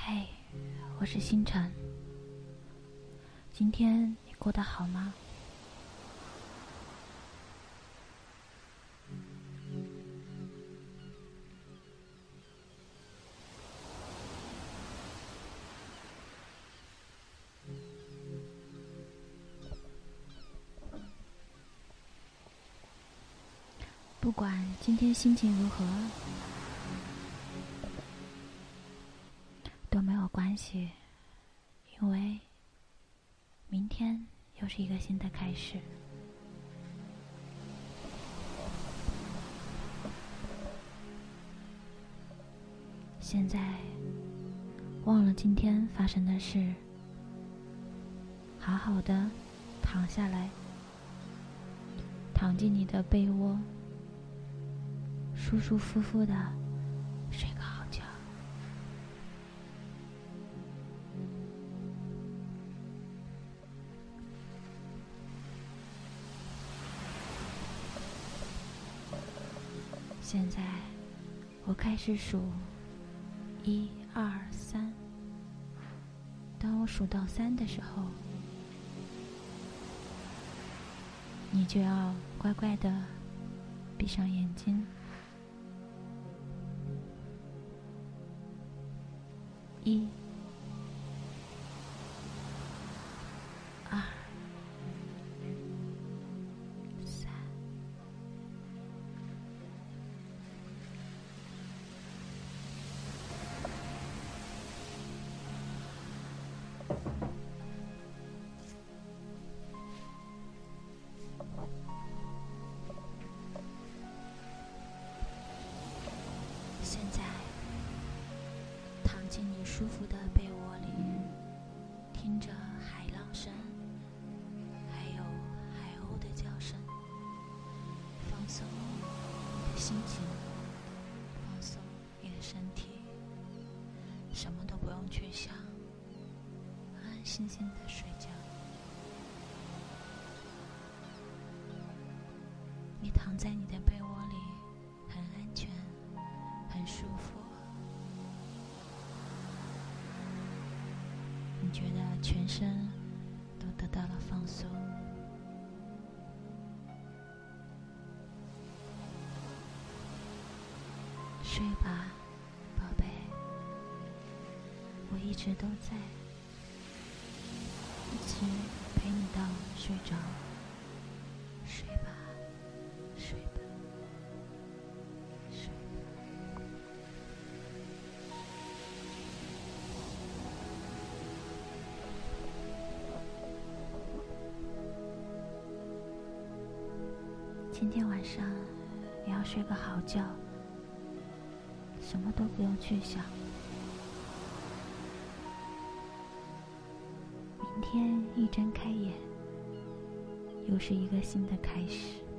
嘿，我是星辰。今天你过得好吗？不管今天心情如何，都没有关系，因为明天又是一个新的开始。现在忘了今天发生的事，好好的躺下来，躺进你的被窝，舒舒服服的睡个好觉。现在我开始数1、2、3，当我数到3的时候，你就要乖乖的闭上眼睛。1、2、3。现在躺进你舒服的被窝里，听着海浪声，还有海鸥的叫声，放松你的心情，放松你的身体，什么都不用去想，安安心心的睡觉。你躺在你的被窝里，很安全，很舒服。你觉得全身都得到了放松。睡吧，宝贝，我一直都在，一直陪你到睡着。睡吧，睡吧，睡吧。今天晚上你要睡个好觉，什么都不用去想。明天一睁开眼，又是一个新的开始。